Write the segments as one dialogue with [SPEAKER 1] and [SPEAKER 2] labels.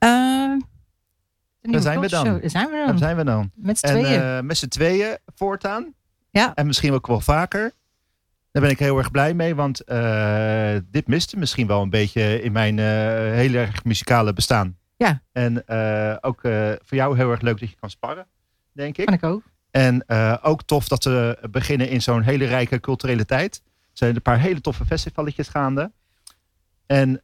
[SPEAKER 1] Daar zijn we dan.
[SPEAKER 2] Daar zijn we dan.
[SPEAKER 1] Met z'n tweeën.
[SPEAKER 2] Met z'n tweeën voortaan.
[SPEAKER 1] Ja.
[SPEAKER 2] En misschien ook wel vaker. Daar ben ik heel erg blij mee. Want dit miste misschien wel een beetje in mijn heel erg muzikale bestaan.
[SPEAKER 1] Ja.
[SPEAKER 2] En ook voor jou heel erg leuk dat je kan sparren, denk ik.
[SPEAKER 1] Kan ik ook.
[SPEAKER 2] En ook tof dat we beginnen in zo'n hele rijke culturele tijd. Er zijn een paar hele toffe festivaletjes gaande. En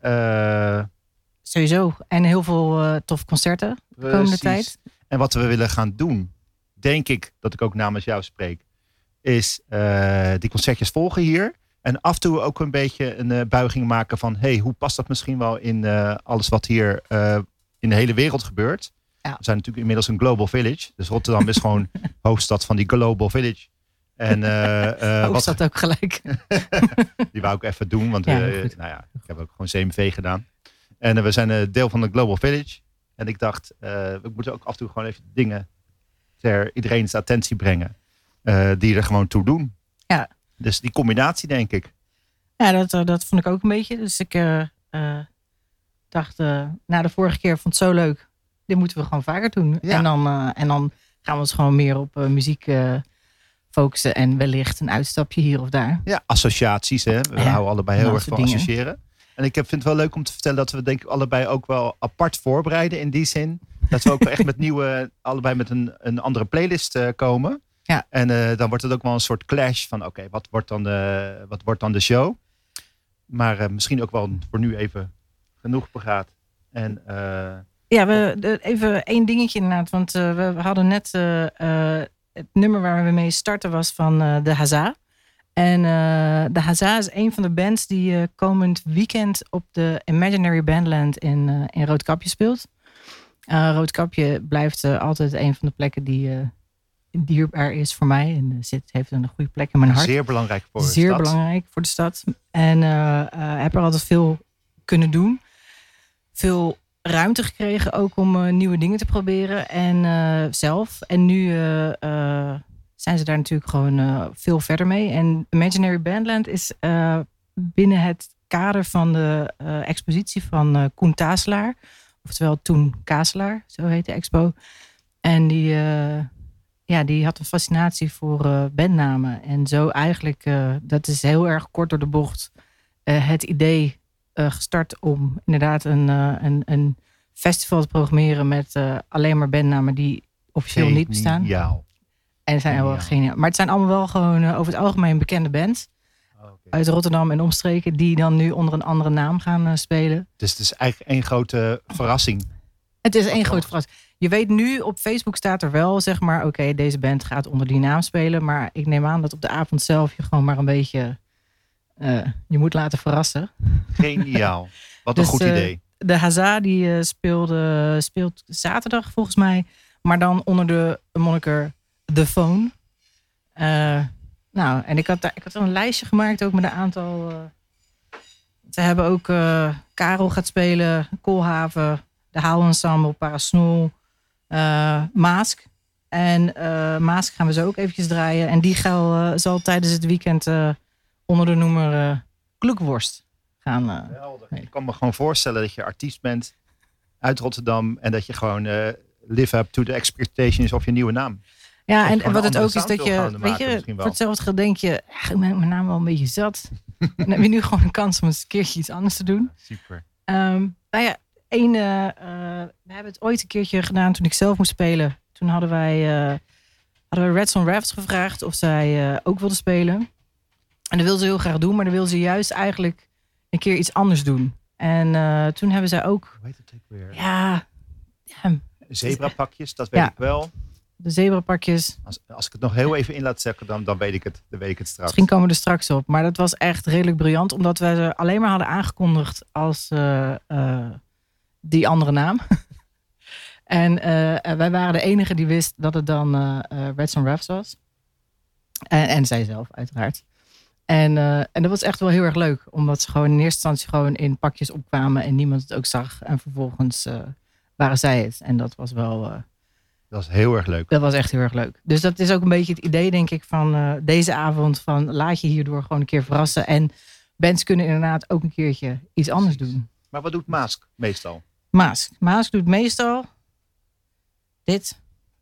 [SPEAKER 1] sowieso. En heel veel toffe concerten de komende tijd.
[SPEAKER 2] En wat we willen gaan doen, denk ik dat ik ook namens jou spreek, is die concertjes volgen hier. En af en toe ook een beetje een buiging maken van, hey, hoe past dat misschien wel in alles wat hier in de hele wereld gebeurt. Ja. We zijn natuurlijk inmiddels een global village. Dus Rotterdam is gewoon hoofdstad van die global village. En,
[SPEAKER 1] hoofdstad ook gelijk.
[SPEAKER 2] Die wou ik even doen, want ik heb ook gewoon CMV gedaan. En we zijn deel van de global village. En ik dacht, we moeten ook af en toe gewoon even dingen ter iedereen's attentie brengen. Die er gewoon toe doen.
[SPEAKER 1] Ja.
[SPEAKER 2] Dus die combinatie, denk ik.
[SPEAKER 1] Ja, dat vond ik ook een beetje. Dus ik dacht, na de vorige keer vond het zo leuk. Dit moeten we gewoon vaker doen. Ja. En dan gaan we ons gewoon meer op muziek focussen. En wellicht een uitstapje hier of daar.
[SPEAKER 2] Ja, associaties. Hè? We houden allebei heel erg van associëren. En ik vind het wel leuk om te vertellen dat we denk ik allebei ook wel apart voorbereiden. In die zin. Dat we ook wel echt met allebei met een andere playlist komen.
[SPEAKER 1] Ja.
[SPEAKER 2] En dan wordt het ook wel een soort clash van oké, wat wordt dan de show? Maar misschien ook wel voor nu even genoeg begaat. En
[SPEAKER 1] even één dingetje inderdaad. Want we hadden net het nummer waar we mee starten was van de Haza. En de Haza is een van de bands die komend weekend op de Imaginary Bandland in Roodkapje speelt. Roodkapje blijft altijd een van de plekken die dierbaar is voor mij. En heeft een goede plek in mijn hart.
[SPEAKER 2] Zeer belangrijk voor de stad.
[SPEAKER 1] Zeer belangrijk voor de stad. En heb er altijd veel kunnen doen. Veel ruimte gekregen ook om nieuwe dingen te proberen. En zelf. En nu zijn ze daar natuurlijk gewoon veel verder mee. En Imaginary Bandland is binnen het kader van de expositie van Koen Taselaar. Oftewel Toen Kaselaar, zo heet de expo. En die had een fascinatie voor bandnamen. En zo eigenlijk, dat is heel erg kort door de bocht, het idee gestart om inderdaad een festival te programmeren met alleen maar bandnamen die officieel niet bestaan. En zijn heel geniaal. Maar het zijn allemaal wel gewoon over het algemeen bekende bands. Uit Rotterdam en omstreken die dan nu onder een andere naam gaan spelen.
[SPEAKER 2] Dus het is eigenlijk één grote verrassing.
[SPEAKER 1] Het is één grote verrassing. Je weet nu, op Facebook staat er wel, zeg maar, oké, deze band gaat onder die naam spelen. Maar ik neem aan dat op de avond zelf je gewoon maar een beetje je moet laten verrassen.
[SPEAKER 2] Geniaal. Wat een goed idee.
[SPEAKER 1] De Haza die speelt zaterdag volgens mij. Maar dan onder de moniker The Phone. En ik had een lijstje gemaakt ook met een aantal. Ze hebben ook Karel gaat spelen, Koolhaven, de Haalensemble, Parasnol, Maask. En Maask gaan we zo ook eventjes draaien. En die zal tijdens het weekend onder de noemer Kloekworst gaan.
[SPEAKER 2] Ik kan me gewoon voorstellen dat je artiest bent uit Rotterdam en dat je gewoon live up to the expectations of je nieuwe naam.
[SPEAKER 1] Ja, en wat het ook is dat je, weet je, voor hetzelfde geld denk je, mijn naam wel een beetje zat. En dan heb je nu gewoon een kans om eens een keertje iets anders te doen.
[SPEAKER 2] Super.
[SPEAKER 1] We hebben het ooit een keertje gedaan toen ik zelf moest spelen. Toen hadden we Rats on Rafts gevraagd of zij ook wilden spelen. En dat wilden ze heel graag doen, maar dan wilden ze juist eigenlijk een keer iets anders doen. En toen hebben zij ook...
[SPEAKER 2] Hoe heet het ook weer?
[SPEAKER 1] Ja.
[SPEAKER 2] Zebrapakjes, dat weet ik wel.
[SPEAKER 1] De zebrapakjes.
[SPEAKER 2] Als ik het nog heel even in laat zeggen, dan weet ik het straks.
[SPEAKER 1] Misschien komen we er straks op. Maar dat was echt redelijk briljant. Omdat we ze alleen maar hadden aangekondigd als die andere naam. En wij waren de enige die wist dat het dan Rats on Rafts was. En zij zelf uiteraard. En dat was echt wel heel erg leuk. Omdat ze gewoon in eerste instantie gewoon in pakjes opkwamen. En niemand het ook zag. En vervolgens waren zij het. En dat was wel...
[SPEAKER 2] dat was heel erg leuk.
[SPEAKER 1] Dat was echt heel erg leuk. Dus dat is ook een beetje het idee, denk ik, van deze avond. Van laat je hierdoor gewoon een keer verrassen. En bands kunnen inderdaad ook een keertje iets anders doen.
[SPEAKER 2] Maar wat doet Maask meestal?
[SPEAKER 1] Maask. Maask doet meestal dit.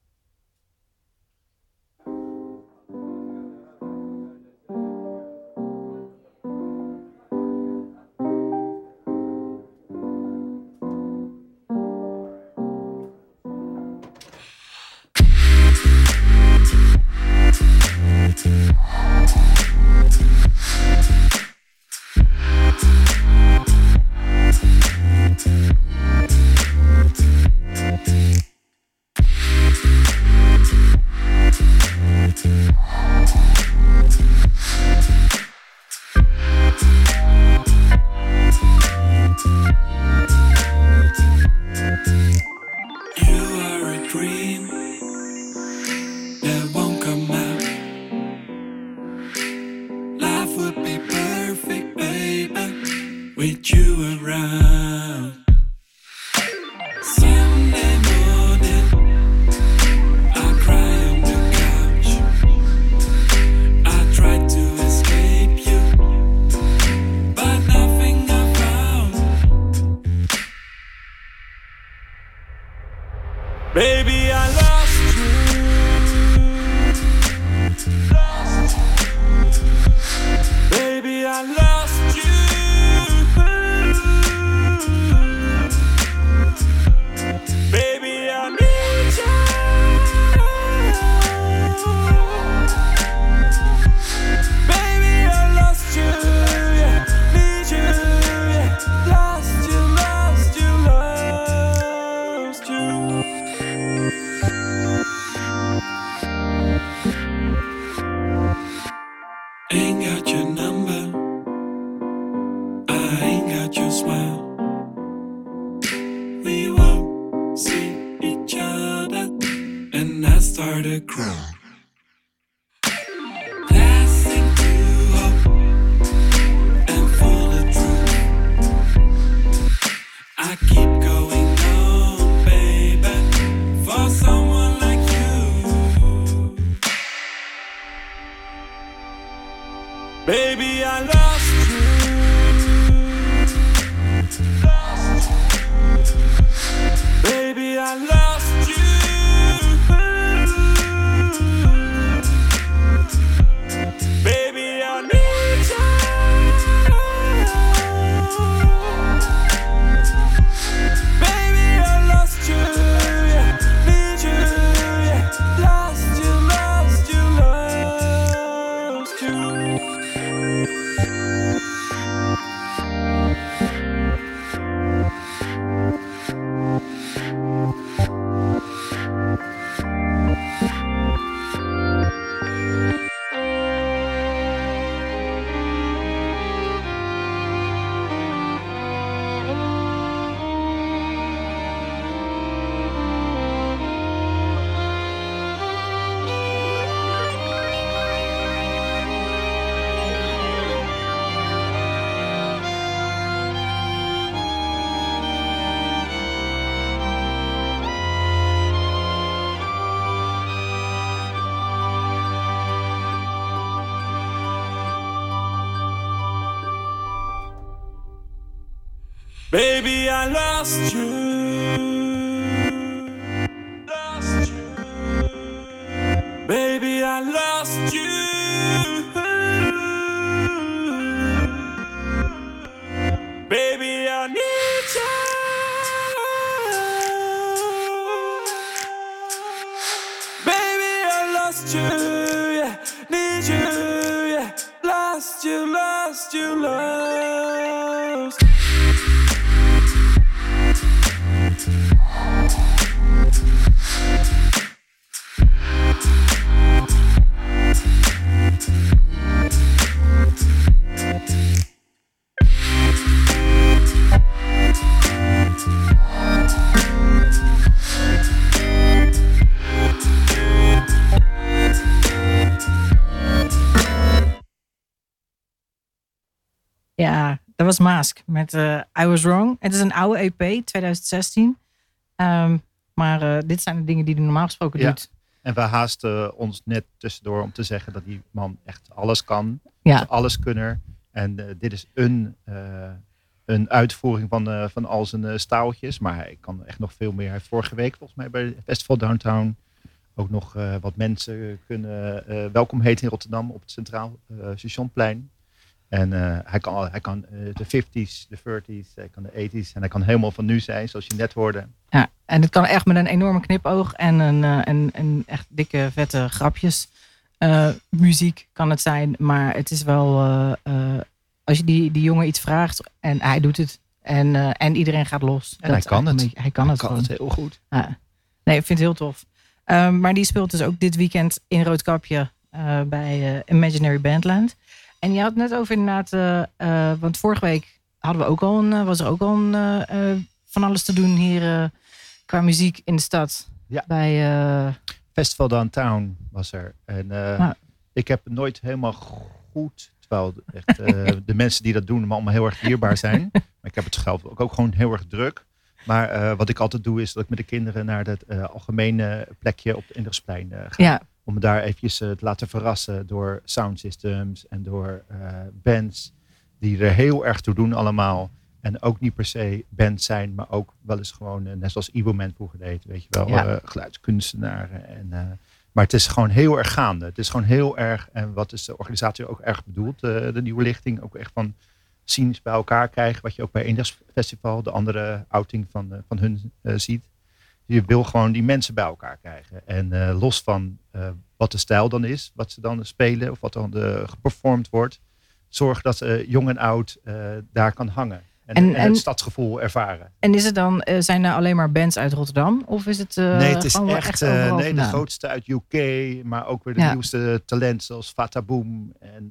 [SPEAKER 3] Baby, I lost you. Lost you. Baby, I lost you. Baby, I need you. Baby, I lost you. Yeah, need you. Yeah, lost you, lost you, lost.
[SPEAKER 1] Ja, dat was Maask met I Was Wrong. Het is een oude EP, 2016. Maar dit zijn de dingen die hij normaal gesproken doet.
[SPEAKER 2] En we haasten ons net tussendoor om te zeggen dat die man echt alles kan.
[SPEAKER 1] Ja.
[SPEAKER 2] Alleskunner. En dit is een een uitvoering van al zijn staaltjes. Maar hij kan echt nog veel meer. Hij heeft vorige week volgens mij bij het Festival Downtown ook nog wat mensen kunnen welkom heten in Rotterdam op het Centraal Stationplein. En hij kan de 50s, de 30s, hij kan de 80s en hij kan helemaal van nu zijn, zoals je net hoorde.
[SPEAKER 1] Ja, en het kan echt met een enorme knipoog en een echt dikke, vette grapjes. Muziek kan het zijn, maar het is wel... als je die jongen iets vraagt en hij doet het en iedereen gaat los.
[SPEAKER 2] En hij kan het.
[SPEAKER 1] Hij kan het
[SPEAKER 2] heel goed.
[SPEAKER 1] Ja. Nee, ik vind het heel tof. Maar die speelt dus ook dit weekend in Roodkapje bij Imaginary Bandland. En je had het net over inderdaad, want vorige week hadden we ook al was er ook al van alles te doen hier qua muziek in de stad.
[SPEAKER 2] Ja.
[SPEAKER 1] Bij
[SPEAKER 2] Festival Downtown was er. En ik heb het nooit helemaal goed, terwijl echt, de mensen die dat doen me allemaal heel erg dierbaar zijn. Maar ik heb het zelf ook gewoon heel erg druk. Maar wat ik altijd doe is dat ik met de kinderen naar het algemene plekje op het Indersplein ga.
[SPEAKER 1] Ja.
[SPEAKER 2] Om me daar eventjes te laten verrassen door sound systems en door bands die er heel erg toe doen allemaal. En ook niet per se bands zijn, maar ook wel eens gewoon, net zoals Iboman vroeger deed, weet je wel, geluidskunstenaren. Maar het is gewoon heel erg gaande. Het is gewoon heel erg, en wat is de organisatie ook erg bedoeld, de nieuwe lichting, ook echt van scenes bij elkaar krijgen, wat je ook bij Index Festival, de andere outing van hun ziet. Je wil gewoon die mensen bij elkaar krijgen. En los van wat de stijl dan is, wat ze dan spelen of wat dan geperformd wordt, zorg dat jong en oud daar kan hangen. En het stadsgevoel ervaren.
[SPEAKER 1] En is het dan, zijn er alleen maar bands uit Rotterdam? Of is het
[SPEAKER 2] nee, het is
[SPEAKER 1] echt
[SPEAKER 2] de grootste uit UK, maar ook weer de nieuwste talenten zoals Fata Boom en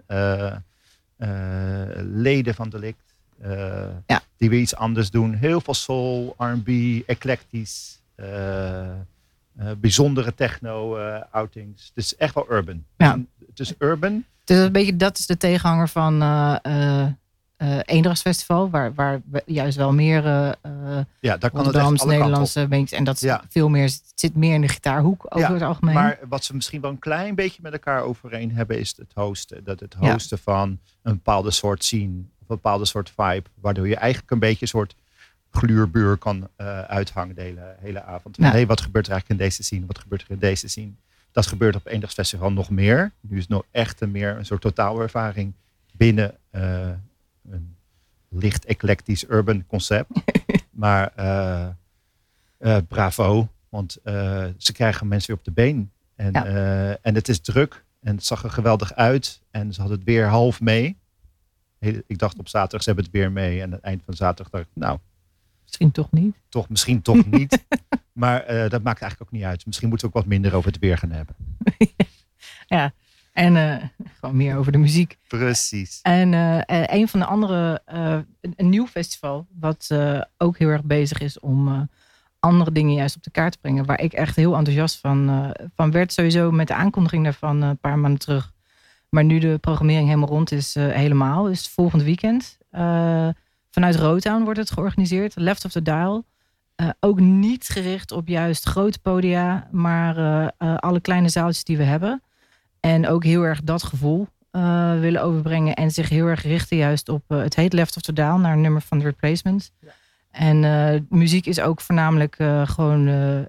[SPEAKER 2] leden van Delict. Die weer iets anders doen. Heel veel soul, R&B, eclectisch. Bijzondere techno-outings. Het is echt wel urban.
[SPEAKER 1] Ja.
[SPEAKER 2] Het is urban.
[SPEAKER 1] Dus een beetje, dat is de tegenhanger van Eendrachtsfestival, waar juist wel meer
[SPEAKER 2] daar kan
[SPEAKER 1] Rotterdams, Nederlandse bandjes. En dat is veel meer, het zit meer in de gitaarhoek over het algemeen.
[SPEAKER 2] Maar wat ze misschien wel een klein beetje met elkaar overeen hebben, is het hosten. Dat het hosten van een bepaalde soort scene, of een bepaalde soort vibe, waardoor je eigenlijk een beetje een soort gluurbuur kan uithangen de hele avond.
[SPEAKER 1] Ja.
[SPEAKER 2] Wat gebeurt er eigenlijk in deze scene? Wat gebeurt er in deze scene? Dat gebeurt op Eendagsfestival nog meer. Nu is het nog echt een soort totaalervaring binnen een licht eclectisch urban concept. Maar bravo, want ze krijgen mensen weer op de been. En het is druk en het zag er geweldig uit. En ze hadden het weer half mee. Ik dacht op zaterdag, ze hebben het weer mee. En aan het eind van zaterdag dacht ik, nou,
[SPEAKER 1] misschien toch niet.
[SPEAKER 2] Misschien toch niet. Maar dat maakt eigenlijk ook niet uit. Misschien moeten we ook wat minder over het weer gaan hebben.
[SPEAKER 1] Ja, en gewoon meer over de muziek.
[SPEAKER 2] Precies.
[SPEAKER 1] En een van de andere, een nieuw festival, wat ook heel erg bezig is om andere dingen juist op de kaart te brengen. Waar ik echt heel enthousiast van werd, sowieso met de aankondiging daarvan een paar maanden terug. Maar nu de programmering helemaal rond is, helemaal. Dus volgend weekend. Vanuit Rotown wordt het georganiseerd. Left of the Dial. Ook niet gericht op juist grote podia, maar alle kleine zaaltjes die we hebben. En ook heel erg dat gevoel willen overbrengen. En zich heel erg richten juist op, het heet Left of the Dial, naar een nummer van The Replacements. Ja. En muziek is ook voornamelijk gewoon,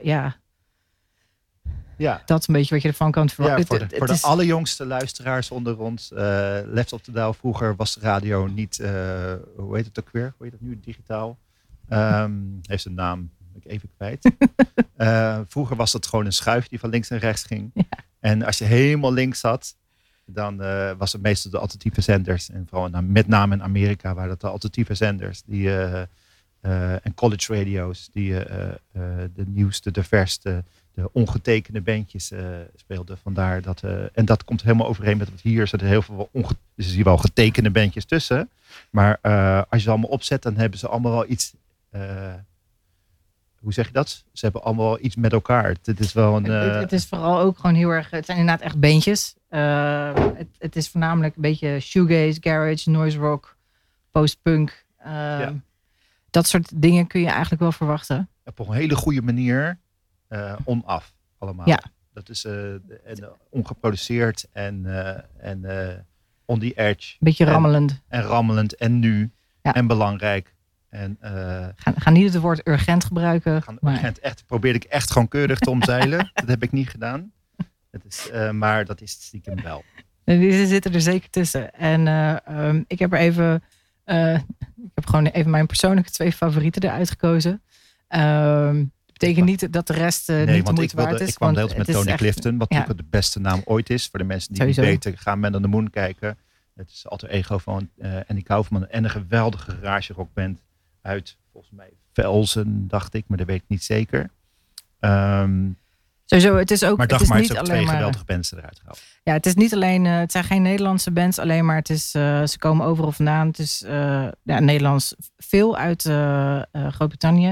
[SPEAKER 1] dat een beetje wat je ervan kan verwachten.
[SPEAKER 2] Ja, voor de allerjongste luisteraars onder ons. Left of the Dial, vroeger was de radio niet, hoe heet het ook weer? Hoe heet het nu, digitaal? Heeft een naam, ben ik even kwijt. Vroeger was dat gewoon een schuif die van links en rechts ging. Ja. En als je helemaal links zat, dan was het meestal de alternatieve zenders. En vooral met name in Amerika waren dat de alternatieve zenders. En college radio's die de nieuwste, de verste, de ongetekende bandjes speelden. Vandaar dat, en dat komt helemaal overeen met wat hier. Er zitten heel veel dus er zie je wel getekende bandjes tussen. Maar als je ze allemaal opzet, dan hebben ze allemaal wel iets. Hoe zeg je dat? Ze hebben allemaal iets met elkaar. Het is wel een.
[SPEAKER 1] Het is vooral ook gewoon heel erg. Het zijn inderdaad echt bandjes. Het is voornamelijk een beetje shoegaze, garage, noise rock, postpunk. Dat soort dingen kun je eigenlijk wel verwachten.
[SPEAKER 2] Op een hele goede manier onaf allemaal.
[SPEAKER 1] Ja.
[SPEAKER 2] Dat is ongeproduceerd en on the edge.
[SPEAKER 1] Beetje rammelend.
[SPEAKER 2] En rammelend en nu. Ja. En belangrijk. En
[SPEAKER 1] Ga niet het woord urgent gebruiken.
[SPEAKER 2] Probeerde ik echt gewoon keurig te omzeilen. Dat heb ik niet gedaan. Maar dat is stiekem wel.
[SPEAKER 1] Ze zitten er zeker tussen. En ik heb er even... ik heb gewoon even mijn persoonlijke 2 favorieten eruit gekozen. Betekent niet dat de rest niet de moeite waard is.
[SPEAKER 2] Ik kwam deels met Tony Clifton, wat natuurlijk de beste naam ooit is. Voor de mensen die
[SPEAKER 1] Sowieso.
[SPEAKER 2] niet weten, gaan Men on the Moon kijken. Het is alter ego van Andy Kaufman. En een geweldige garage rockband uit, volgens mij, Velzen, dacht ik. Maar dat weet ik niet zeker.
[SPEAKER 1] Sowieso, het is ook,
[SPEAKER 2] maar
[SPEAKER 1] het is niet
[SPEAKER 2] ook
[SPEAKER 1] alleen
[SPEAKER 2] 2
[SPEAKER 1] maar
[SPEAKER 2] geweldige bands eruit gehaald.
[SPEAKER 1] Ja, het is niet alleen, het zijn geen Nederlandse bands alleen, maar het is, ze komen overal vandaan. Het is Nederlands, veel uit Groot-Brittannië,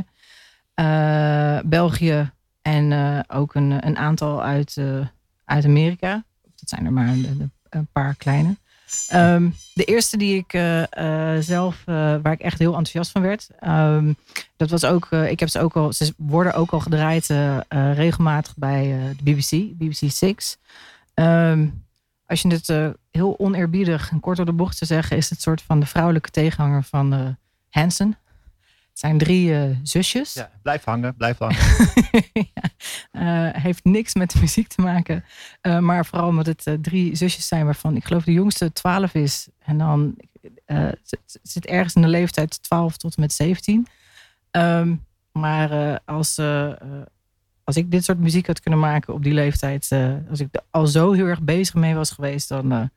[SPEAKER 1] België en ook een aantal uit Amerika. Dat zijn er maar een paar kleine. De eerste die ik zelf, waar ik echt heel enthousiast van werd, dat was ook, ik heb ze ook al, ze worden ook al gedraaid regelmatig bij de BBC 6. Als je het heel oneerbiedig en kort door de bocht zou zeggen, is het soort van de vrouwelijke tegenhanger van Hanson. Het zijn 3 zusjes.
[SPEAKER 2] Ja, blijf hangen.
[SPEAKER 1] Heeft niks met de muziek te maken. Maar vooral omdat het 3 zusjes zijn waarvan ik geloof de jongste 12 is. En dan zit ergens in de leeftijd 12 tot en met 17. Maar als ik dit soort muziek had kunnen maken op die leeftijd. Als ik er al zo heel erg bezig mee was geweest. Dan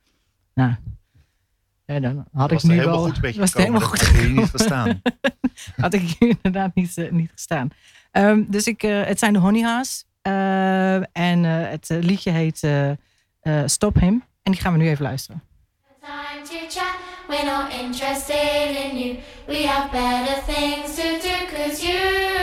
[SPEAKER 1] had ik nu wel...
[SPEAKER 2] Goed
[SPEAKER 1] was het helemaal goed.
[SPEAKER 2] Had je hier niet gestaan.
[SPEAKER 1] Had ik hier inderdaad niet gestaan. Dus het zijn de Honeyhaas. En het liedje heet Stop Him. En die gaan we nu even luisteren.
[SPEAKER 4] Time to chat, we're not interested in you. We have better things to do, 'cause you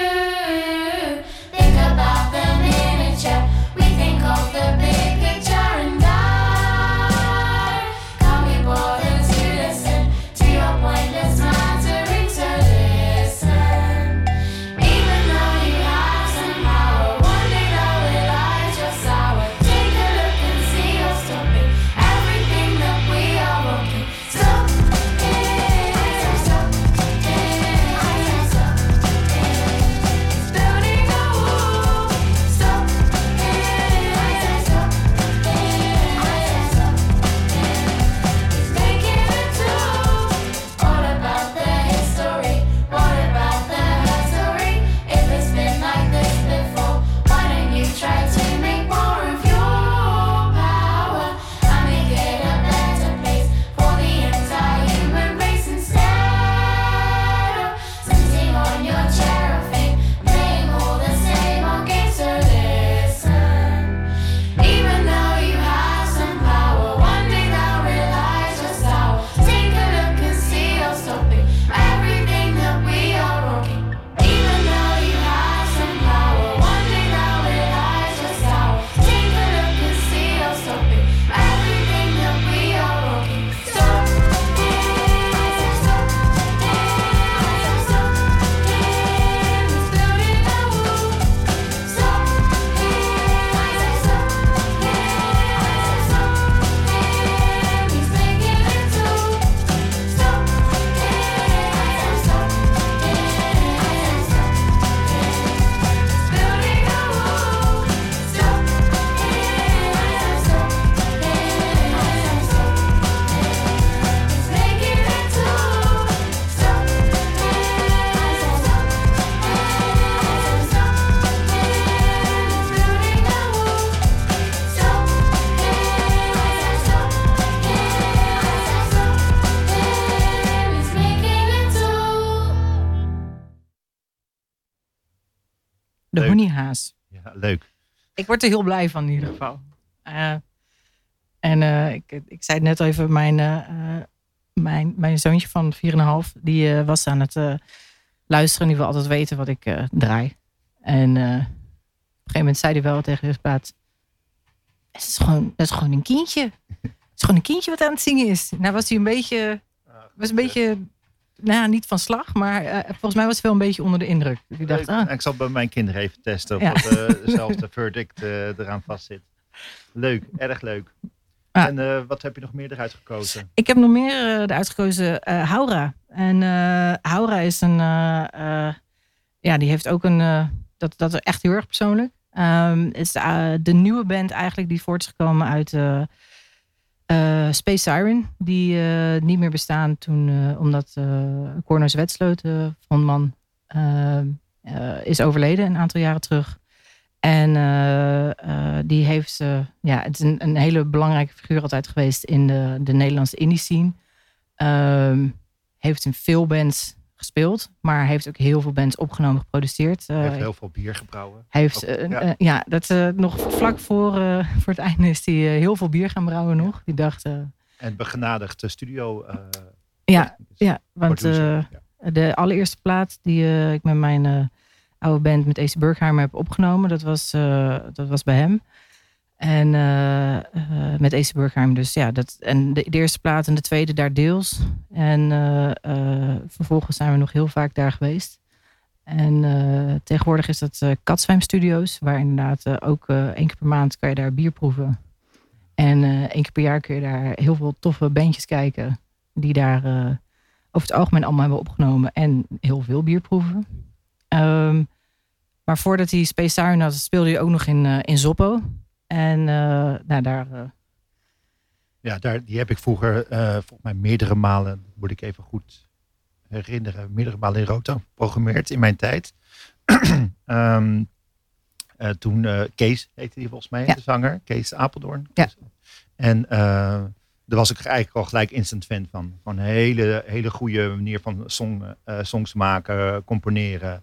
[SPEAKER 4] think about the miniature. We think of the big picture, and I can't be bothered to listen to your pointless mattering, to listen. Even though you have some power, one day they'll realize you're sour. Take a look and see you're stopping everything that we are walking. Stop it, stop it, stop it. Building a wall. Stop it, stop it, stop it. Making it true. All about the history. What about the her story? If it's been like this before, why don't you try to make more of your power and make it a better place for the entire human race, instead of sitting on your chair of fame, playing all the same old games. So listen, even though you have some power, one day they'll realize you're sour. Take a look and see you're stopping everything that we are rocking. Even though you have some power, one day they'll realize you're sour. Take a look and see you're stopping everything that we are rocking. Stop it, stop it, stop it. It's building a wall. Stop it, stop it, stop it. He's making it true. Stop it, stop it, stop it. Building a wall. Stop it, stop it, stop it. He's making it true. Stop it, stop it, stop it. Building a wall. Stop it, stop it. He's making it true.
[SPEAKER 1] De
[SPEAKER 2] Leuk.
[SPEAKER 1] Honeyhaas.
[SPEAKER 2] Ja, leuk.
[SPEAKER 1] Ik word er heel blij van in ieder geval. Ik zei het net al even, mijn zoontje van 4,5, die was aan het luisteren. Die wil altijd weten wat ik draai. En op een gegeven moment zei hij wel tegen de plaat: dat is gewoon een kindje. Het is gewoon een kindje wat aan het zingen is. Nou was hij een beetje, niet van slag, maar volgens mij was hij wel een beetje onder de indruk. Ik dacht,
[SPEAKER 2] Leuk. Ik zal bij mijn kinderen even testen of
[SPEAKER 1] Ja.
[SPEAKER 2] dezelfde verdict eraan vastzit. Leuk, erg leuk.
[SPEAKER 1] Ja.
[SPEAKER 2] En wat heb je nog meer eruit gekozen?
[SPEAKER 1] Ik heb nog meer eruit gekozen. Haura. En Haura is een... die heeft ook een... dat is echt heel erg persoonlijk. Het is de nieuwe band eigenlijk die voort is gekomen uit Space Siren. Die niet meer bestaan toen... omdat Corno Zwetsloot, frontman, is overleden een aantal jaren terug. En die heeft... het is een hele belangrijke figuur altijd geweest in de Nederlandse indie scene. Heeft in veel bands gespeeld, maar heeft ook heel veel bands opgenomen, geproduceerd.
[SPEAKER 2] heeft heel veel bier gebrouwen.
[SPEAKER 1] Nog vlak voor het einde is hij heel veel bier gaan brouwen nog. Die dacht...
[SPEAKER 2] en begenadigd studio.
[SPEAKER 1] Want de allereerste plaat die ik met mijn oude band met AC Bergheimer heb opgenomen, dat was bij hem. En met AC Bergheimer dus, en de eerste plaat en de tweede daar deels. En vervolgens zijn we nog heel vaak daar geweest. En tegenwoordig is dat Katzwijm Studios, waar inderdaad ook 1 keer per maand kan je daar bier proeven. En 1 keer per jaar kun je daar heel veel toffe bandjes kijken, die daar over het algemeen allemaal hebben opgenomen en heel veel bier proeven. Maar voordat hij Space Siren had, speelde hij ook nog in Zoppo. En
[SPEAKER 2] die heb ik vroeger volgens mij meerdere malen, moet ik even goed herinneren, meerdere malen in Roto geprogrammeerd in mijn tijd. Toen Kees heette die volgens mij, de zanger. Kees Apeldoorn.
[SPEAKER 1] Ja.
[SPEAKER 2] En daar was ik eigenlijk al gelijk instant fan van. Van een hele goede manier van songs maken, componeren.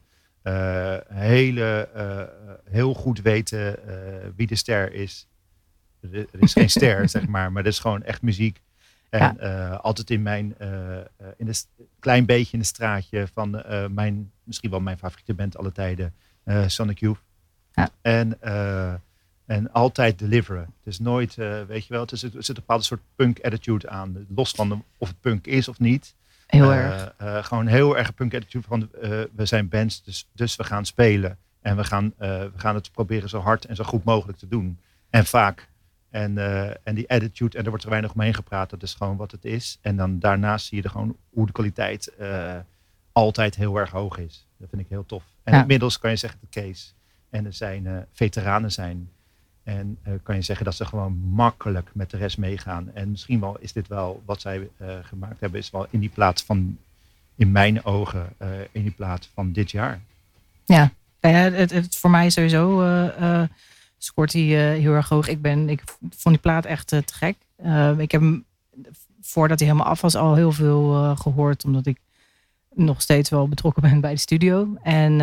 [SPEAKER 2] Heel goed weten wie de ster is. Er is geen ster, zeg maar het is gewoon echt muziek. En altijd in mijn klein beetje in het straatje van misschien wel mijn favoriete band alle tijden, Sonic Youth. Ja. En altijd deliveren. Het is nooit, weet je wel, er zit een bepaalde soort punk attitude aan. Los van of het punk is of niet.
[SPEAKER 1] Heel erg.
[SPEAKER 2] Gewoon heel erg punk attitude van we zijn bands, dus we gaan spelen. En we gaan het proberen zo hard en zo goed mogelijk te doen. En vaak. En die attitude, en er wordt er weinig omheen gepraat. Dat is gewoon wat het is. En dan daarnaast zie je er gewoon hoe de kwaliteit altijd heel erg hoog is. Dat vind ik heel tof. En inmiddels kan je zeggen dat Kees en er zijn veteranen zijn. En kan je zeggen dat ze gewoon makkelijk met de rest meegaan. En misschien wel is dit wel wat zij gemaakt hebben, is wel in die plaats van, in mijn ogen, in die plaats van dit jaar. Ja,
[SPEAKER 1] het voor mij sowieso scoort hij heel erg hoog. Ik vond die plaat echt te gek. Ik heb hem, voordat hij helemaal af was, al heel veel gehoord, omdat ik nog steeds wel betrokken ben bij de studio. En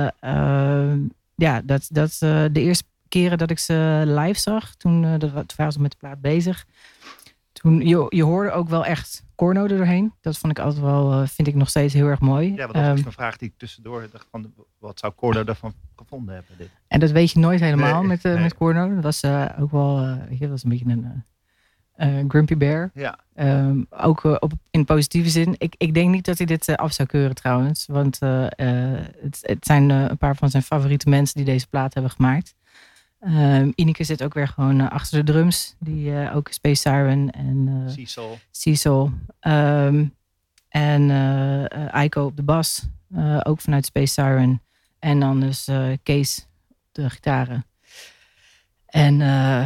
[SPEAKER 1] de eerste keren dat ik ze live zag, toen waren ze met de plaat bezig. Toen je hoorde ook wel echt Corno er doorheen. Dat vond ik altijd wel, vind ik nog steeds heel erg mooi.
[SPEAKER 2] Ja, want dat was een vraag die ik tussendoor dacht van, wat zou Corno daarvan gevonden hebben? Dit?
[SPEAKER 1] En dat weet je nooit helemaal met Corno. Dat was ook wel, dat was een beetje een grumpy bear.
[SPEAKER 2] Ja.
[SPEAKER 1] Ook in positieve zin. Ik denk niet dat hij dit af zou keuren trouwens. Want het zijn een paar van zijn favoriete mensen die deze plaat hebben gemaakt. Ineke zit ook weer gewoon achter de drums. Die ook Space Siren en Cecil. En Aiko op de bas. Ook vanuit Space Siren. En dan dus Kees op de gitaren. En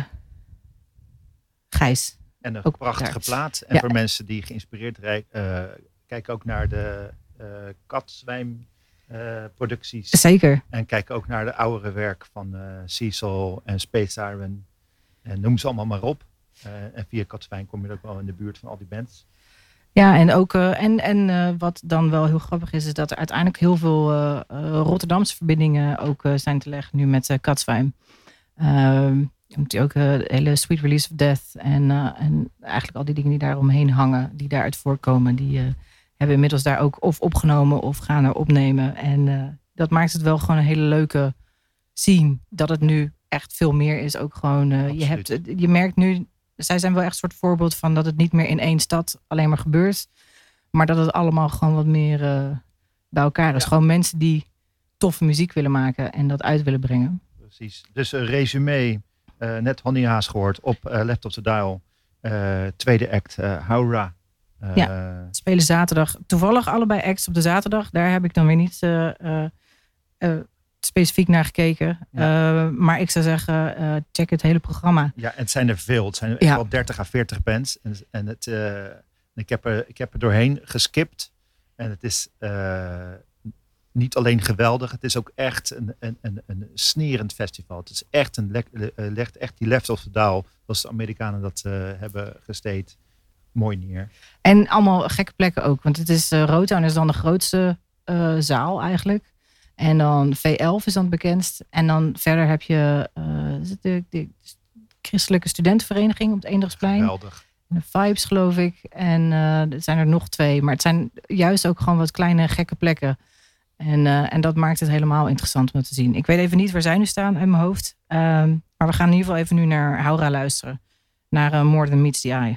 [SPEAKER 1] Gijs.
[SPEAKER 2] En een prachtige plaat. En voor mensen die geïnspireerd kijken ook naar de Katzwijm producties.
[SPEAKER 1] Zeker.
[SPEAKER 2] En kijk ook naar de oudere werk van Cecil en Space Siren. En noem ze allemaal maar op. En via Katzwijm kom je ook wel in de buurt van al die bands.
[SPEAKER 1] Ja, en ook wat dan wel heel grappig is dat er uiteindelijk heel veel Rotterdamse verbindingen ook zijn te leggen nu met Katzwijm. Omdat ook de hele Sweet Release of Death en eigenlijk al die dingen die daar omheen hangen, die daaruit voortkomen, die hebben inmiddels daar ook of opgenomen of gaan er opnemen. En dat maakt het wel gewoon een hele leuke scene. Dat het nu echt veel meer is. Ook gewoon, je merkt nu, zij zijn wel echt een soort voorbeeld van dat het niet meer in één stad alleen maar gebeurt. Maar dat het allemaal gewoon wat meer bij elkaar is. Ja. Gewoon mensen die toffe muziek willen maken en dat uit willen brengen.
[SPEAKER 2] Precies. Dus een resume, net Honey Haas gehoord op Left of the Dial. Tweede act, Haura.
[SPEAKER 1] Spelen zaterdag. Toevallig allebei acts op de zaterdag. Daar heb ik dan weer niet specifiek naar gekeken. Maar ik zou zeggen, check het hele programma.
[SPEAKER 2] Ja, en het zijn er veel. Het zijn echt wel 30 à 40 bands. En ik heb er doorheen geskipt. En het is niet alleen geweldig. Het is ook echt een snerend festival. Het is echt legt echt die left of the dial. Zoals de Amerikanen dat hebben gesteed. Mooi neer.
[SPEAKER 1] En allemaal gekke plekken ook. Want het is Rotown is dan de grootste zaal eigenlijk. En dan V11 is dan het bekendst. En dan verder heb je de Christelijke Studentenvereniging op het Eendrachtsplein.
[SPEAKER 2] Geweldig.
[SPEAKER 1] En de Vibes geloof ik. En er zijn er nog 2. Maar het zijn juist ook gewoon wat kleine gekke plekken. En dat maakt het helemaal interessant om te zien. Ik weet even niet waar zij nu staan in mijn hoofd. Maar we gaan in ieder geval even nu naar Haura luisteren. Naar More Than Meets the Eye.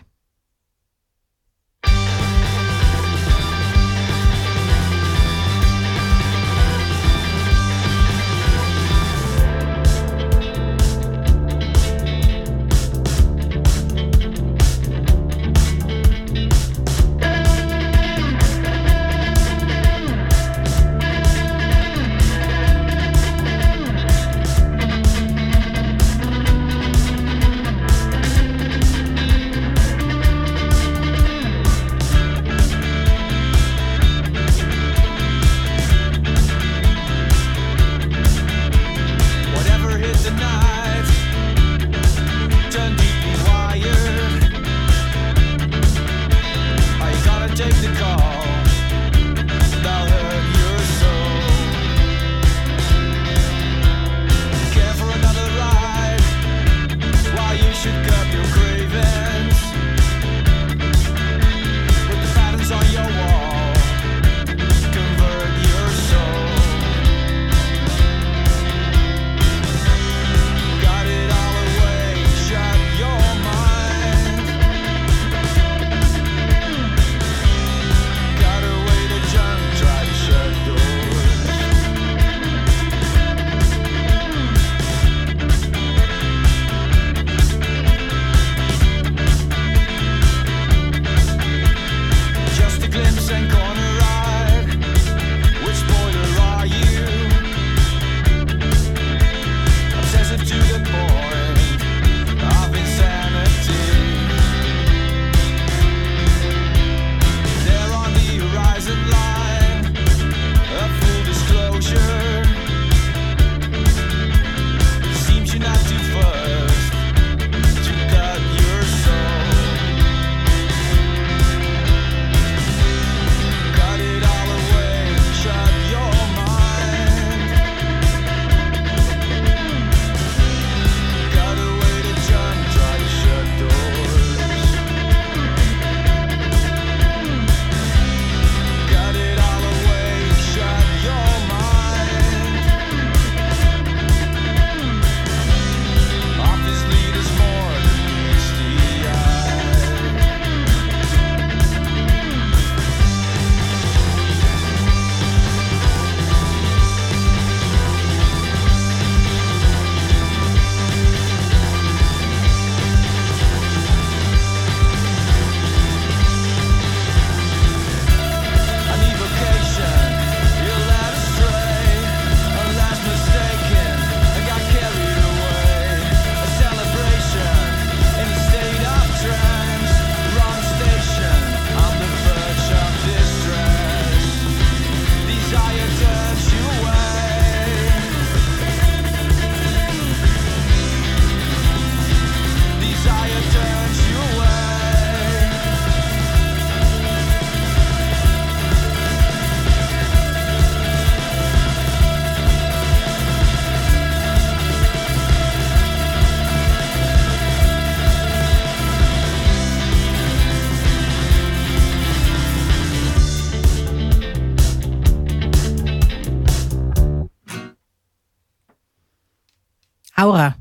[SPEAKER 1] Aura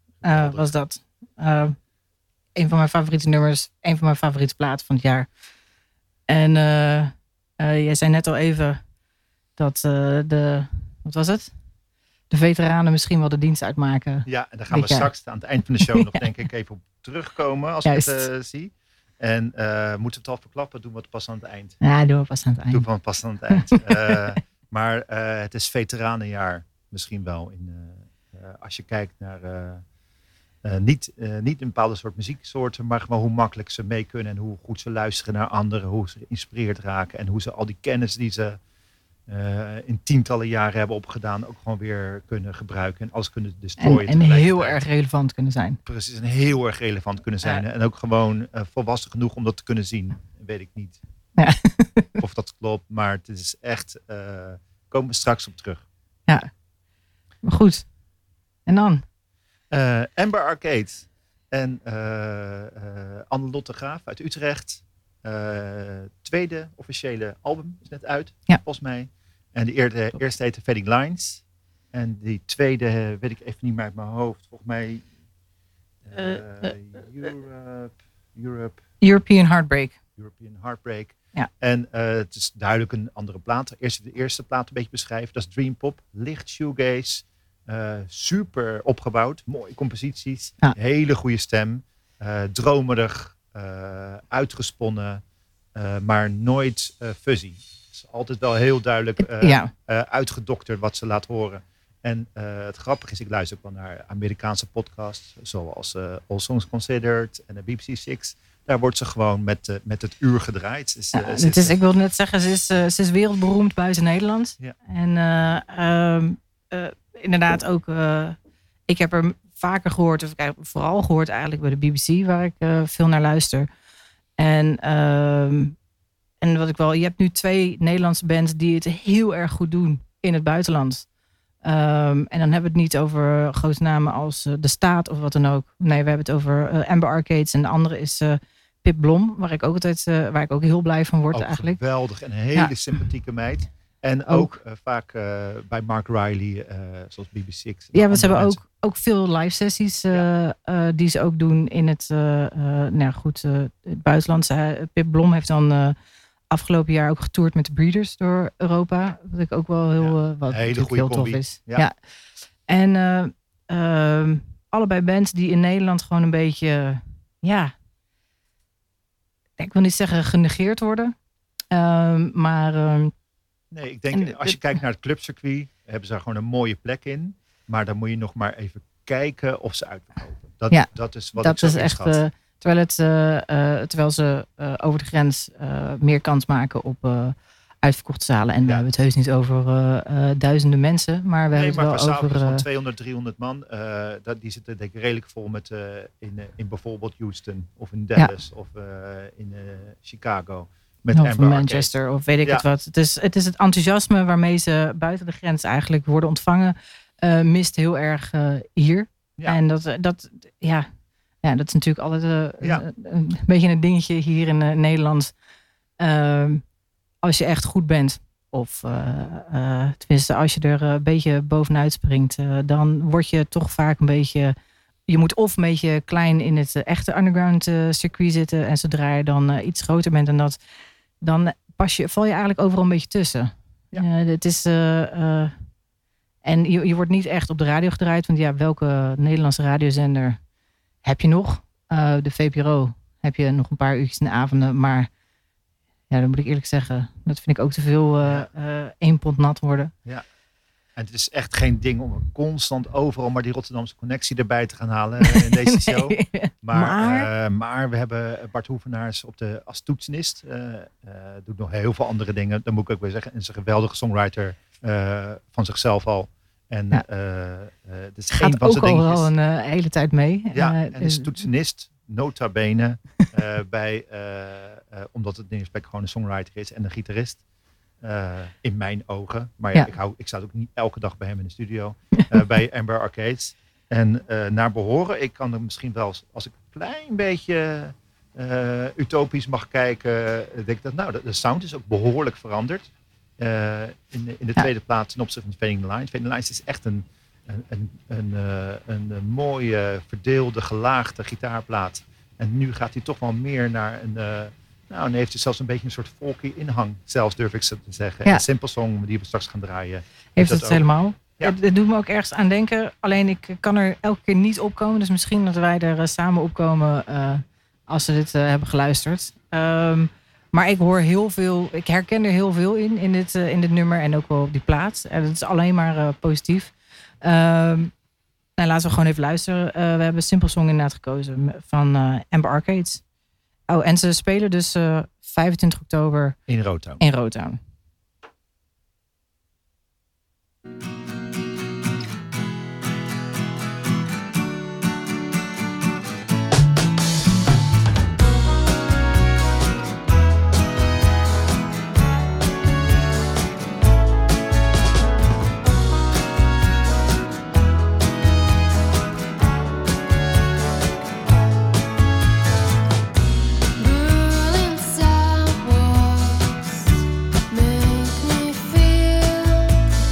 [SPEAKER 1] was dat. Een van mijn favoriete nummers. Een van mijn favoriete platen van het jaar. En jij zei net al even dat wat was het? de veteranen misschien wel de dienst uitmaken.
[SPEAKER 2] Ja, en daar gaan we
[SPEAKER 1] Dit jaar.
[SPEAKER 2] straks aan het eind van de show nog denk ik even op terugkomen als
[SPEAKER 1] Juist.
[SPEAKER 2] ik het zie. En moeten we het al verklappen? Doen we het pas aan het eind?
[SPEAKER 1] Ja, doen we pas aan het eind.
[SPEAKER 2] Doen we het pas aan het eind. Maar het is veteranenjaar misschien wel. Als je kijkt naar niet een bepaalde soort muzieksoorten, maar gewoon hoe makkelijk ze mee kunnen en hoe goed ze luisteren naar anderen, hoe ze geïnspireerd raken en hoe ze al die kennis die ze in tientallen jaren hebben opgedaan ook gewoon weer kunnen gebruiken en alles kunnen destroyen.
[SPEAKER 1] En heel erg relevant kunnen zijn.
[SPEAKER 2] Precies, en heel erg relevant kunnen zijn.
[SPEAKER 1] Ja.
[SPEAKER 2] En ook gewoon volwassen genoeg om dat te kunnen zien. Weet ik niet
[SPEAKER 1] Ja.
[SPEAKER 2] of dat klopt, maar het is echt, komen we straks op terug.
[SPEAKER 1] Ja, maar goed. En dan?
[SPEAKER 2] Amber Arcade en Anne-Lotte Graaf uit Utrecht. Tweede officiële album is net uit, volgens mij. En de eerste heette Fading Lines. En die tweede weet ik even niet meer uit mijn hoofd. Volgens mij
[SPEAKER 1] European Heartbreak.
[SPEAKER 2] European Heartbreak.
[SPEAKER 1] Ja.
[SPEAKER 2] En het is duidelijk een andere plaat. Eerst de eerste plaat een beetje beschrijven. Dat is Dream Pop. Licht shoegaze. Super opgebouwd. Mooie composities.
[SPEAKER 1] Ja.
[SPEAKER 2] Hele goede stem. Dromerig. Uitgesponnen. Maar nooit fuzzy. Het is altijd wel heel duidelijk uitgedokterd wat ze laat horen. En het grappige is, ik luister ook wel naar Amerikaanse podcasts. Zoals All Songs Considered en de BBC Six. Daar wordt ze gewoon met het uur gedraaid.
[SPEAKER 1] Ik wilde net zeggen, ze is wereldberoemd buiten Nederland.
[SPEAKER 2] Ja.
[SPEAKER 1] En inderdaad ook, ik heb er vaker gehoord, of ik heb vooral gehoord eigenlijk bij de BBC, waar ik veel naar luister. En wat ik wel, je hebt nu 2 Nederlandse bands die het heel erg goed doen in het buitenland. En dan hebben we het niet over grote namen als De Staat of wat dan ook. Nee, we hebben het over Amber Arcades en de andere is Pip Blom, waar ik ook heel blij van word
[SPEAKER 2] ook
[SPEAKER 1] eigenlijk.
[SPEAKER 2] Geweldig en een hele sympathieke meid. En ook vaak bij Mark Riley, zoals BBC6.
[SPEAKER 1] Ja, want ze hebben ook veel live sessies die ze ook doen in het het buitenland. Pip Blom heeft dan afgelopen jaar ook getoerd met de Breeders door Europa. Wat ik ook wel wat
[SPEAKER 2] hele goede
[SPEAKER 1] heel tof
[SPEAKER 2] combi.
[SPEAKER 1] is.
[SPEAKER 2] Ja.
[SPEAKER 1] En allebei bands die in Nederland gewoon een beetje, ik wil niet zeggen genegeerd worden. Maar
[SPEAKER 2] nee, ik denk als je kijkt naar het clubcircuit, hebben ze daar gewoon een mooie plek in. Maar dan moet je nog maar even kijken of ze uitverkopen. Dat is wat ik zo inschat.
[SPEAKER 1] Terwijl ze over de grens meer kans maken op uitverkochte zalen. En we hebben het heus niet over duizenden mensen. Maar we hebben het wel over
[SPEAKER 2] van 200, 300 man. Die zitten denk ik redelijk vol met in bijvoorbeeld Houston of in Dallas of in Chicago. Met
[SPEAKER 1] of Manchester of weet ik het wat. Het is het enthousiasme waarmee ze buiten de grens eigenlijk worden ontvangen. Mist heel erg hier. Ja. En dat is natuurlijk altijd een beetje een dingetje hier in Nederland. Als je echt goed bent, of tenminste als je er een beetje bovenuit springt, dan word je toch vaak een beetje. Je moet of een beetje klein in het echte underground circuit zitten. En zodra je dan iets groter bent dan dat, dan val je eigenlijk overal een beetje tussen. Ja. Het is. En je wordt niet echt op de radio gedraaid. Want welke Nederlandse radiozender heb je nog? De VPRO heb je nog een paar uurtjes in de avonden. Maar dan moet ik eerlijk zeggen, dat vind ik ook te veel 1 pond nat worden. Ja.
[SPEAKER 2] En het is echt geen ding om constant overal maar die Rotterdamse connectie erbij te gaan halen in deze show. Maar we hebben Bart Hoevenaars als toetsenist. Doet nog heel veel andere dingen. Dat moet ik ook weer zeggen. En is een geweldige songwriter van zichzelf al. En het is
[SPEAKER 1] gaat
[SPEAKER 2] geen van
[SPEAKER 1] ook
[SPEAKER 2] zijn dingetjes.
[SPEAKER 1] al een hele tijd mee.
[SPEAKER 2] Ja, en is toetsenist, nota bene, omdat het Niels Beck gewoon een songwriter is en een gitarist. In mijn ogen. Maar ik sta ook niet elke dag bij hem in de studio. Bij Amber Arcades. En naar behoren, ik kan er misschien wel, als ik een klein beetje utopisch mag kijken, denk ik dat de sound is ook behoorlijk veranderd. In de tweede plaats ten opzichte van Fading Lines. Fading Lines is echt een mooie, verdeelde, gelaagde gitaarplaat. En nu gaat hij toch wel meer naar dan heeft hij zelfs een beetje een soort folky inhang. Zelfs durf ik ze te zeggen. Ja. Een Simple Song die we straks gaan draaien.
[SPEAKER 1] Heeft het helemaal?
[SPEAKER 2] Ja.
[SPEAKER 1] Het doet me ook ergens aan denken. Alleen ik kan er elke keer niet opkomen. Dus misschien dat wij er samen opkomen als ze dit hebben geluisterd. Maar ik hoor heel veel. Ik herken er heel veel in dit nummer. En ook wel op die plaat. En dat is alleen maar positief. Nou, laten we gewoon even luisteren. We hebben Simple Song inderdaad gekozen van Amber Arcades. Oh, en ze spelen dus 25 oktober
[SPEAKER 2] In Rotown.
[SPEAKER 1] in Rotown.
[SPEAKER 4] Berlin sidewalks make me feel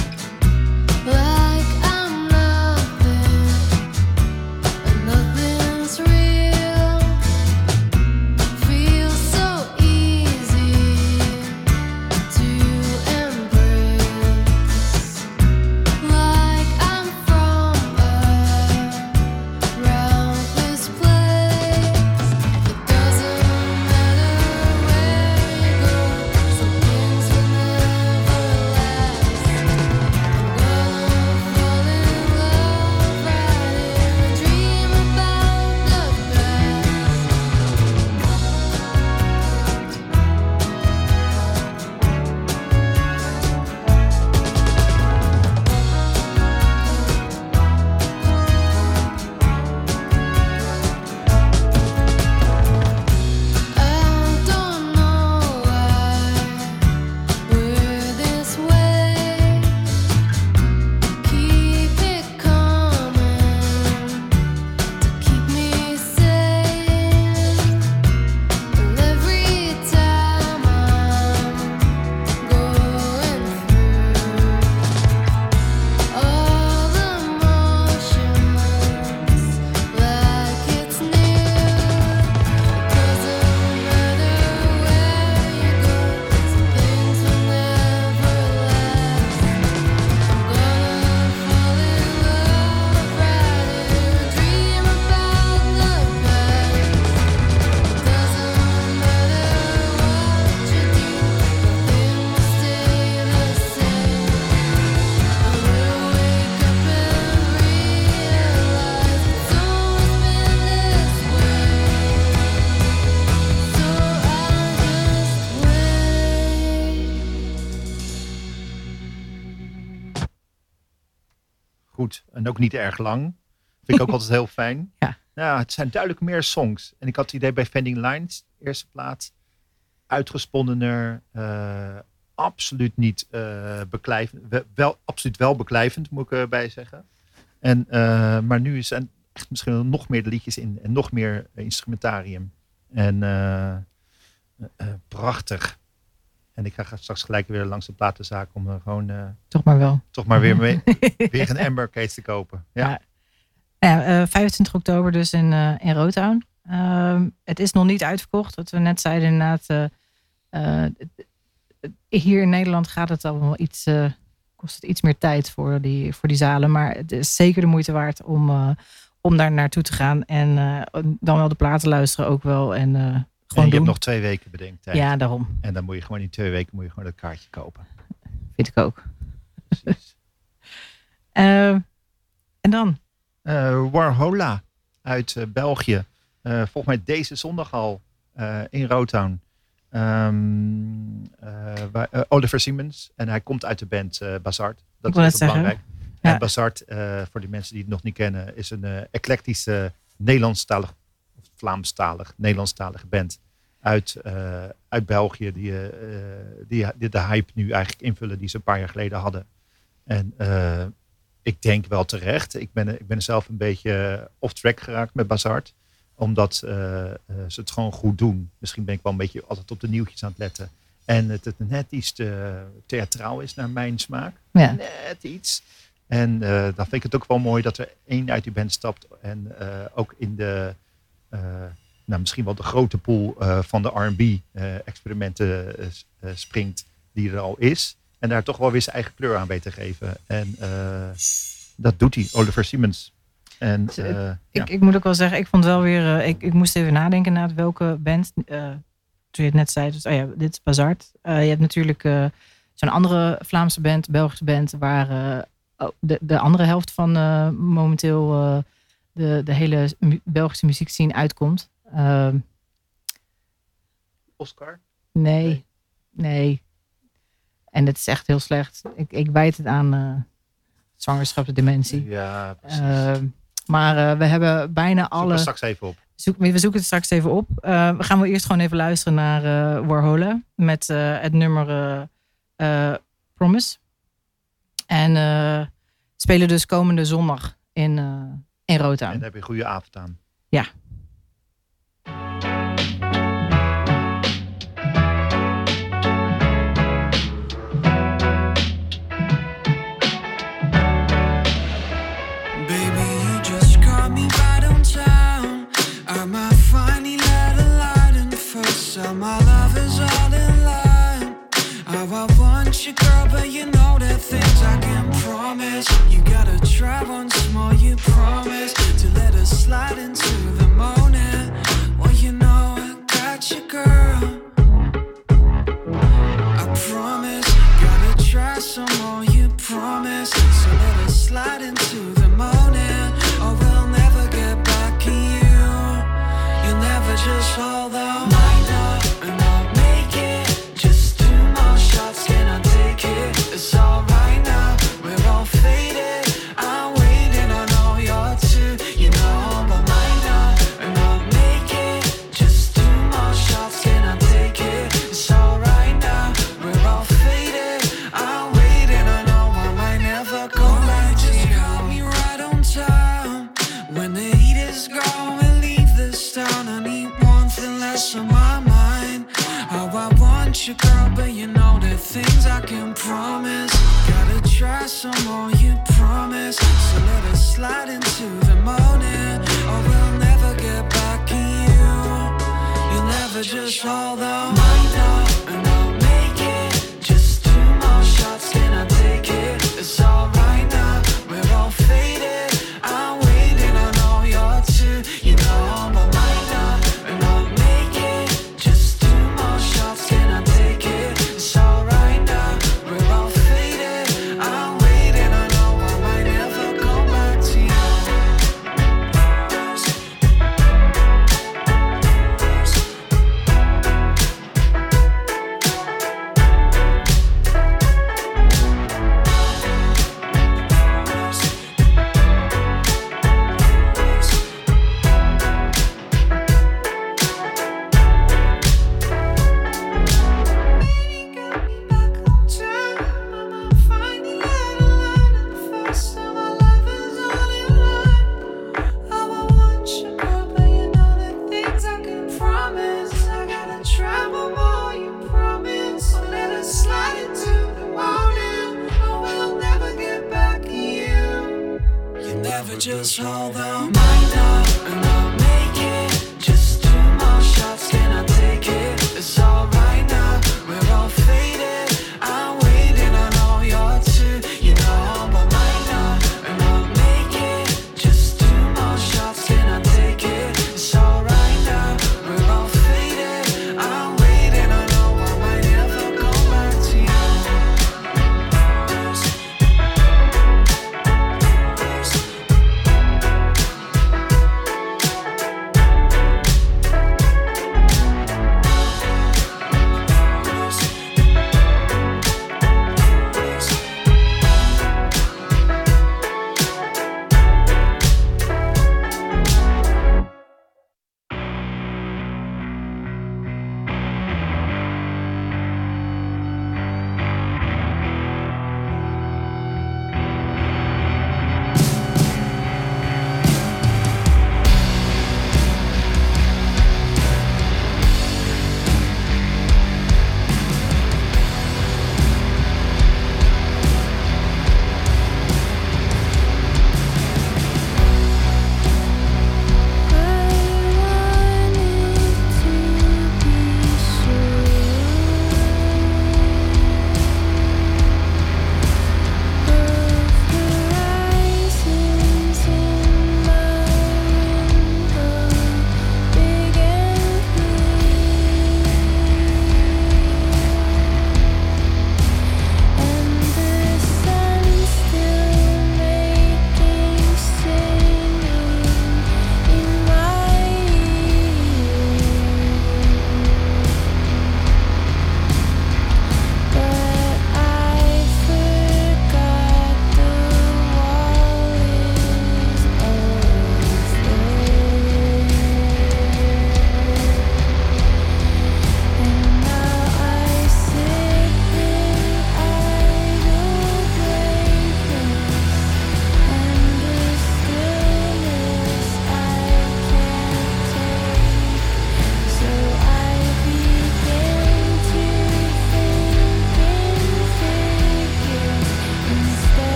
[SPEAKER 4] like I'm nothing and nothing's real. Feels so easy to embrace, like I'm from around this place. It doesn't matter where you go, some things will never last. I'm gonna fall in love right here and dream about the I don't know why we're this way. Keep it coming to keep me sane. And every time I'm going through all emotions like it's new. It doesn't matter where you go, some things will never last. I'm gonna fall in love right here and dream about the past. It doesn't matter what you do, nothing will stay the same. And we'll wake up and realize it's always been this way. So I just wait.
[SPEAKER 2] Goed. En ook niet erg lang. Vind ik ook altijd heel fijn.
[SPEAKER 1] Ja.
[SPEAKER 2] Ja, het zijn duidelijk meer songs. En ik had het idee bij Vending Lines, eerste plaats, uitgesponnener. Absoluut niet beklijvend. Absoluut wel beklijvend, moet ik erbij zeggen. En, maar nu zijn echt misschien nog meer de liedjes in. En nog meer instrumentarium. En prachtig. En ik ga straks gelijk weer langs de platenzaak om gewoon
[SPEAKER 1] Toch maar wel.
[SPEAKER 2] toch maar weer weer een Amber Arcades te kopen. Ja.
[SPEAKER 1] Ja, 25 oktober dus in Rotown. Het is nog niet uitverkocht. Wat we net zeiden inderdaad. Hier in Nederland gaat het allemaal kost het iets meer tijd voor die zalen. Maar het is zeker de moeite waard om daar naartoe te gaan. En dan wel de platen luisteren ook wel. En
[SPEAKER 2] En
[SPEAKER 1] gewoon
[SPEAKER 2] je
[SPEAKER 1] doen.
[SPEAKER 2] hebt nog 2 weken bedenktijd.
[SPEAKER 1] Ja, daarom.
[SPEAKER 2] En dan moet je gewoon in 2 weken dat kaartje kopen.
[SPEAKER 1] Vind ik ook.
[SPEAKER 2] Precies.
[SPEAKER 1] En dan?
[SPEAKER 2] Warhola uit België. Volgens mij deze zondag al in Rotown. Oliver Siemens. En hij komt uit de band Bazard. Dat
[SPEAKER 1] wou
[SPEAKER 2] is
[SPEAKER 1] net
[SPEAKER 2] even
[SPEAKER 1] zeggen.
[SPEAKER 2] belangrijk.
[SPEAKER 1] Ja.
[SPEAKER 2] En Bazard, voor die mensen die het nog niet kennen, is een eclectische Nederlandstalig, of Vlaamstalig, Nederlandstalige band uit België. Die de hype nu eigenlijk invullen die ze een paar jaar geleden hadden. En ik denk wel terecht. Ik ben zelf een beetje off-track geraakt met Bazard. Omdat ze het gewoon goed doen. Misschien ben ik wel een beetje altijd op de nieuwtjes aan het letten. En het net iets te theatraal is naar mijn smaak.
[SPEAKER 1] Ja.
[SPEAKER 2] Net iets. En dan vind ik het ook wel mooi dat er één uit die band stapt. En ook in de misschien wel de grote pool van de R&B experimenten springt die er al is. En daar toch wel weer zijn eigen kleur aan weet te geven. En dat doet hij, Oliver Siemens. En,
[SPEAKER 1] Ik moet ook wel zeggen, ik vond wel weer... ik moest even nadenken naar welke band... toen je het net zei, dus, dit is Bazard. Je hebt natuurlijk zo'n andere Vlaamse band, Belgische band... waar de andere helft van momenteel de hele Belgische muziekscene uitkomt.
[SPEAKER 2] Oscar?
[SPEAKER 1] Nee. En het is echt heel slecht. Ik wijd het aan zwangerschapsdementie.
[SPEAKER 2] Ja, precies.
[SPEAKER 1] Maar we hebben bijna alle...
[SPEAKER 2] Zoek straks even op.
[SPEAKER 1] We zoeken het straks even op. We gaan wel eerst gewoon even luisteren naar Warhola met het nummer Promise. En spelen dus komende zondag in Rotown.
[SPEAKER 2] En daar heb je een goede avond aan.
[SPEAKER 1] Ja.
[SPEAKER 5] My love is all in line. I want you, girl, but you know that things I can't promise. You gotta try once more, you promise to let us slide into the morning. Well, you know I got you, girl. I promise. Gotta try some more, you promise. So let us slide into the morning. Or we'll never get back in you. You'll never just hold on. And I'll make it. Just 2 more shots, can I take it? It's alright now, we're all faded. I'm waiting, I know you're too. You know I'm mine now. And I'll make it. Just 2 more shots, can I take it? It's alright now, we're all faded. I'm waiting, I know I might never go back to you. Just call me right on time. When the heat is gone, we'll leave this town. I need one thing less on my mind. How I want you, girl, but you know the things I can promise. Gotta try some more, you promise. So let us slide into the morning. Or we'll never get back in you. You'll never just hold on. And I'll make it. Just 2 more shots, can I take it? It's alright now, we're all faded. I'm waiting, I know you're too. You know I'm by mine now. And I'll make it. Just 2 more shots, can I take it? It's alright now, we're all faded. I'm waiting, I know I might never go back to you. Just hold on, mind up, and I'll make it. Just 2 more shots, can I take it? It's alright now, we're all faded. I'm waiting, I know you're too. You know I'm by mine now, and I'll make it. Just 2 more shots, can I take it? It's alright now, we're all faded. I'm waiting, I know I might never go back to you.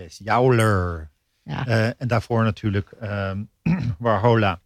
[SPEAKER 2] Yes, Jouler.
[SPEAKER 1] Ja.
[SPEAKER 2] En daarvoor natuurlijk Warhola.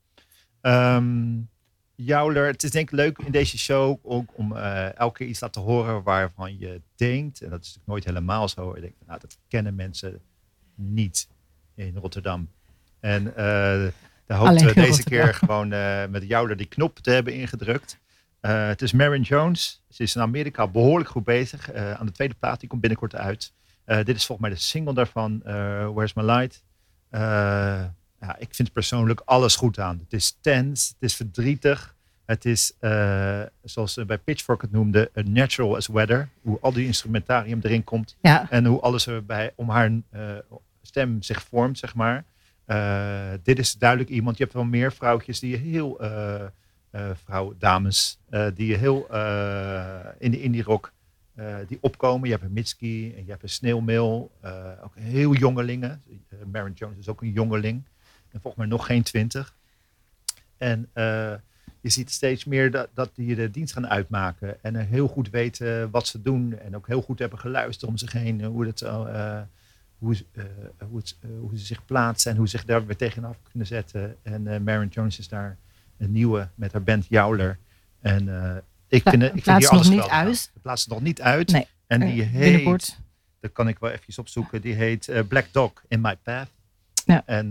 [SPEAKER 2] Jouler, het is denk ik leuk in deze show ook om elke keer iets laten horen waarvan je denkt, en dat is natuurlijk nooit helemaal zo, je denkt, nou, dat kennen mensen niet in Rotterdam. En daar hoopten we deze keer gewoon met Jouler die knop te hebben ingedrukt. Het is Marion Jones. Ze is in Amerika behoorlijk goed bezig. Aan de tweede plaat, die komt binnenkort uit. Dit is volgens mij de single daarvan, Where's My Light. Ja, ik vind persoonlijk alles goed aan. Het is tense, het is verdrietig. Het is, zoals ze bij Pitchfork het noemde, a natural as weather. Hoe al die instrumentarium erin komt. Ja. En hoe alles erbij om haar stem zich vormt, zeg maar. Dit is duidelijk iemand. Je hebt wel meer vrouwtjes die heel... dames, die heel in de indie rock die opkomen. Je hebt een Mitski en je hebt een Sneeuwmeel. Ook heel jongelingen. Marion Jones is ook een jongeling. En volgens mij nog geen 20. En je ziet steeds meer dat die de dienst gaan uitmaken. En heel goed weten wat ze doen. En ook heel goed hebben geluisterd om zich heen. Hoe ze zich plaatsen. En hoe ze zich daar weer tegenaf kunnen zetten. En Marion Jones is daar een nieuwe met haar band Jouler. En ik vind hier alles
[SPEAKER 1] nog niet uit.
[SPEAKER 2] De plaats is nog niet uit.
[SPEAKER 1] Nee.
[SPEAKER 2] En die heet, dat kan ik wel even opzoeken, die heet Black Dog in My Path. Ja. En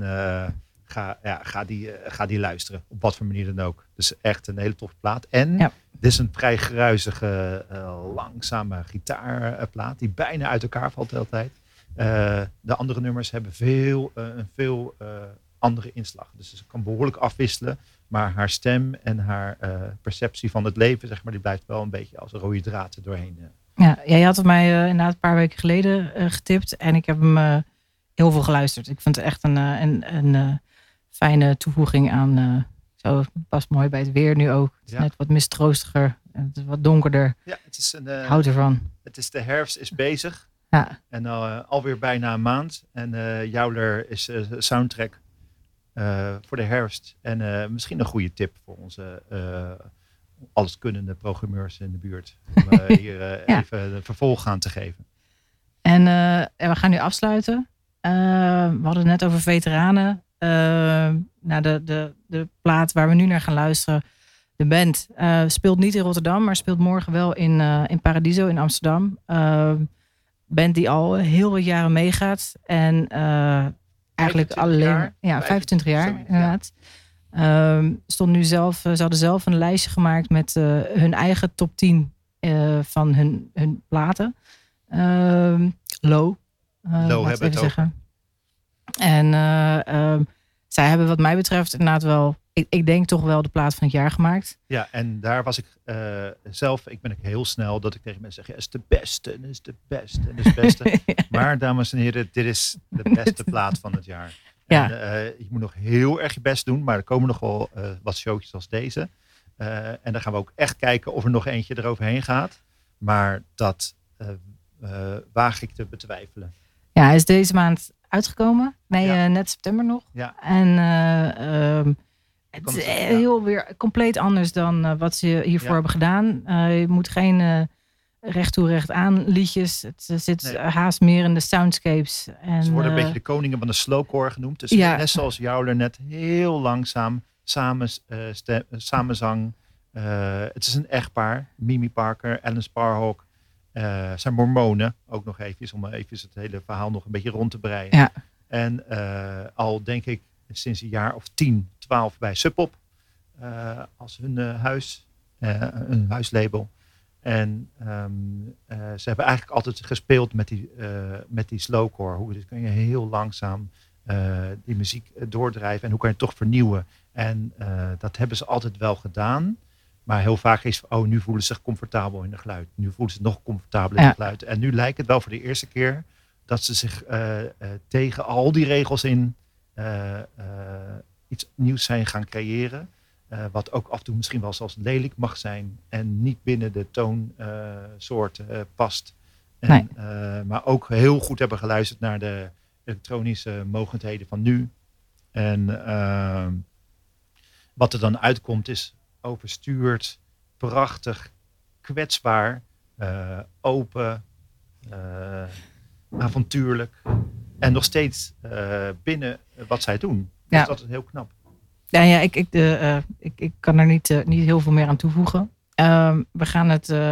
[SPEAKER 2] ga die luisteren. Op wat voor manier dan ook. Dus echt een hele toffe plaat. En dit is een vrij gruizige, langzame gitaarplaat. Die bijna uit elkaar valt de hele tijd. De andere nummers hebben een veel andere inslag. Dus ze kan behoorlijk afwisselen. Maar haar stem en haar perceptie van het leven, zeg maar, die blijft wel een beetje als een rode draad er doorheen.
[SPEAKER 1] Ja, jij had het mij inderdaad een paar weken geleden getipt. En ik heb hem heel veel geluisterd. Ik vind het echt een fijne toevoeging aan. Zo past mooi bij het weer nu ook. Het is net wat mistroostiger. Het is wat donkerder. Ja, het is houd ervan.
[SPEAKER 2] Het is de herfst is bezig.
[SPEAKER 1] Ja.
[SPEAKER 2] En alweer bijna een maand. En Jouler is soundtrack voor de herfst. En misschien een goede tip voor onze alleskunnende programmeurs in de buurt. Om hier even een vervolg aan te geven.
[SPEAKER 1] En we gaan nu afsluiten. We hadden het net over veteranen. De plaat waar we nu naar gaan luisteren. De band speelt niet in Rotterdam, maar speelt morgen wel in Paradiso in Amsterdam. Band die al heel wat jaren meegaat. En eigenlijk alleen 25 jaar inderdaad. Stond nu zelf, ze hadden zelf een lijstje gemaakt met hun eigen top 10 van hun platen. Low hebben we het over. En zij hebben wat mij betreft inderdaad wel, ik denk toch wel de plaat van het jaar gemaakt.
[SPEAKER 2] Ja, en daar was ik zelf, ik ben heel snel dat ik tegen mensen zeg, ja, is de beste, en is de beste, en is de beste. Ja. Maar dames en heren, dit is de beste plaat van het jaar. Ja. En, je moet nog heel erg je best doen, maar er komen nog wel wat showtjes als deze. En dan gaan we ook echt kijken of er nog eentje eroverheen gaat. Maar dat waag ik te betwijfelen.
[SPEAKER 1] Ja, hij is deze maand uitgekomen. Nee, net september nog. Ja. En het is heel weer compleet anders dan wat ze hiervoor hebben gedaan. Je moet geen recht toe recht aan liedjes. Het zit haast meer in de soundscapes. En,
[SPEAKER 2] ze worden een beetje de koningen van de slowcore genoemd. Dus net zoals Jouler net heel langzaam samenzang. Het is een echtpaar. Mimi Parker, Alan Sparhawk. Zijn mormonen, ook nog even, om even het hele verhaal nog een beetje rond te breien. Ja. En al denk ik sinds een jaar of 10, 12 bij Sub Pop. Als hun huislabel. En ze hebben eigenlijk altijd gespeeld met die slowcore. Hoe kun je heel langzaam die muziek doordrijven en hoe kan je het toch vernieuwen. En dat hebben ze altijd wel gedaan. Maar heel vaak is nu voelen ze zich comfortabel in het geluid. Nu voelen ze nog comfortabeler in het geluid. En nu lijkt het wel voor de eerste keer dat ze zich tegen al die regels in iets nieuws zijn gaan creëren. Wat ook af en toe misschien wel zelfs lelijk mag zijn. En niet binnen de toonsoort past. En, maar ook heel goed hebben geluisterd naar de elektronische mogendheden van nu. En wat er dan uitkomt is overstuurd, prachtig, kwetsbaar, open, avontuurlijk. En nog steeds binnen wat zij doen.
[SPEAKER 1] Ja.
[SPEAKER 2] Dus dat is heel knap.
[SPEAKER 1] Ja, ik kan er niet heel veel meer aan toevoegen. We gaan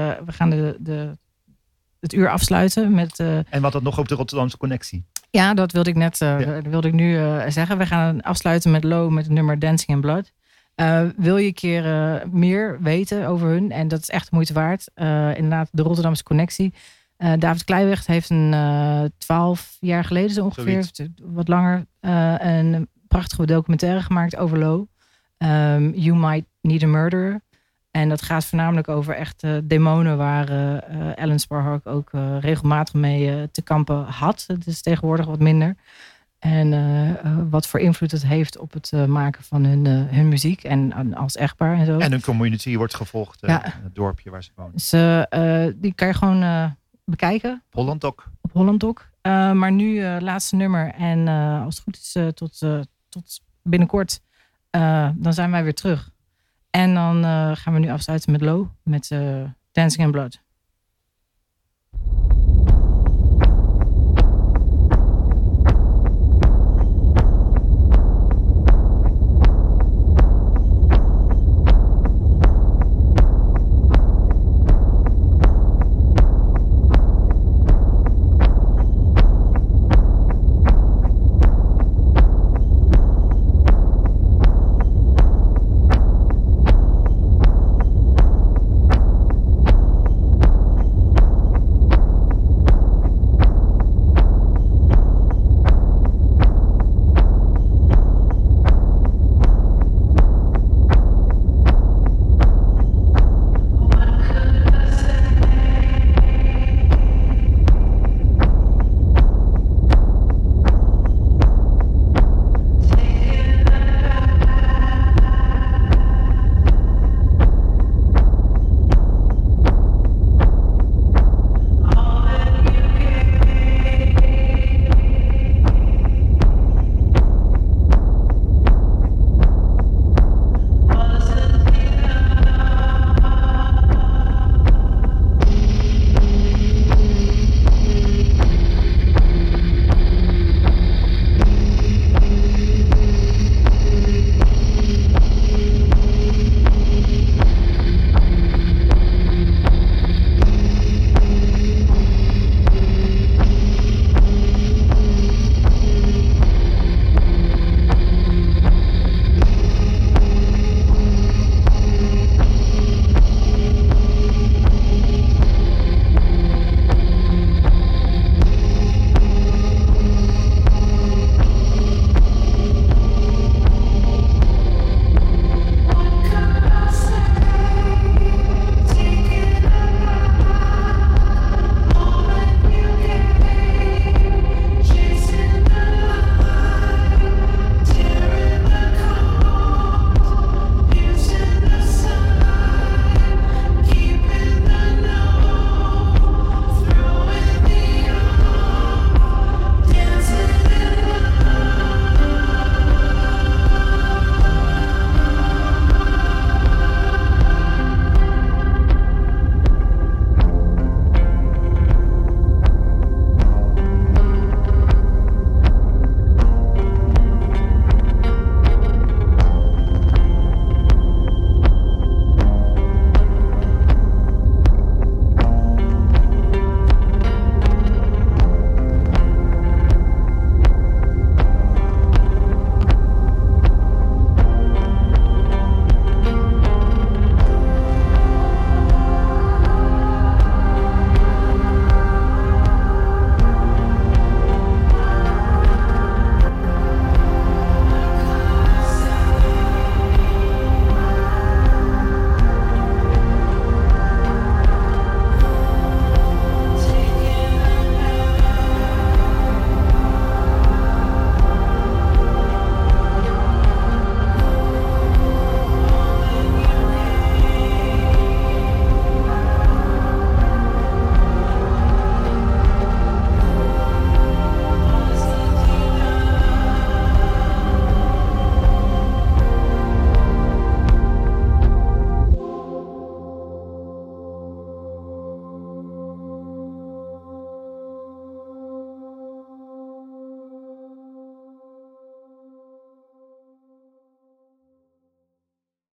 [SPEAKER 1] het uur afsluiten met...
[SPEAKER 2] En wat dat nog op de Rotterdamse Connectie.
[SPEAKER 1] Ja, dat wilde ik net wilde ik nu zeggen. We gaan afsluiten met Low met het nummer Dancing in Blood. Wil je een keer meer weten over hun? En dat is echt de moeite waard. Inderdaad, de Rotterdamse Connectie. David Kleiweg heeft 12 jaar geleden zo ongeveer, wat langer, een prachtige documentaire gemaakt over Low. You Might Need a Murderer. En dat gaat voornamelijk over echt demonen waar Alan Sparhawk ook regelmatig mee te kampen had. Het is tegenwoordig wat minder. En wat voor invloed het heeft op het maken van hun muziek en als echtpaar en zo.
[SPEAKER 2] En hun community wordt gevolgd in het dorpje waar ze wonen.
[SPEAKER 1] Dus die kan je gewoon bekijken.
[SPEAKER 2] Holland Doc.
[SPEAKER 1] Op Holland Doc. Maar nu laatste nummer. En als het goed is tot binnenkort. Dan zijn wij weer terug. En dan gaan we nu afsluiten met Low. Met Dancing in Blood.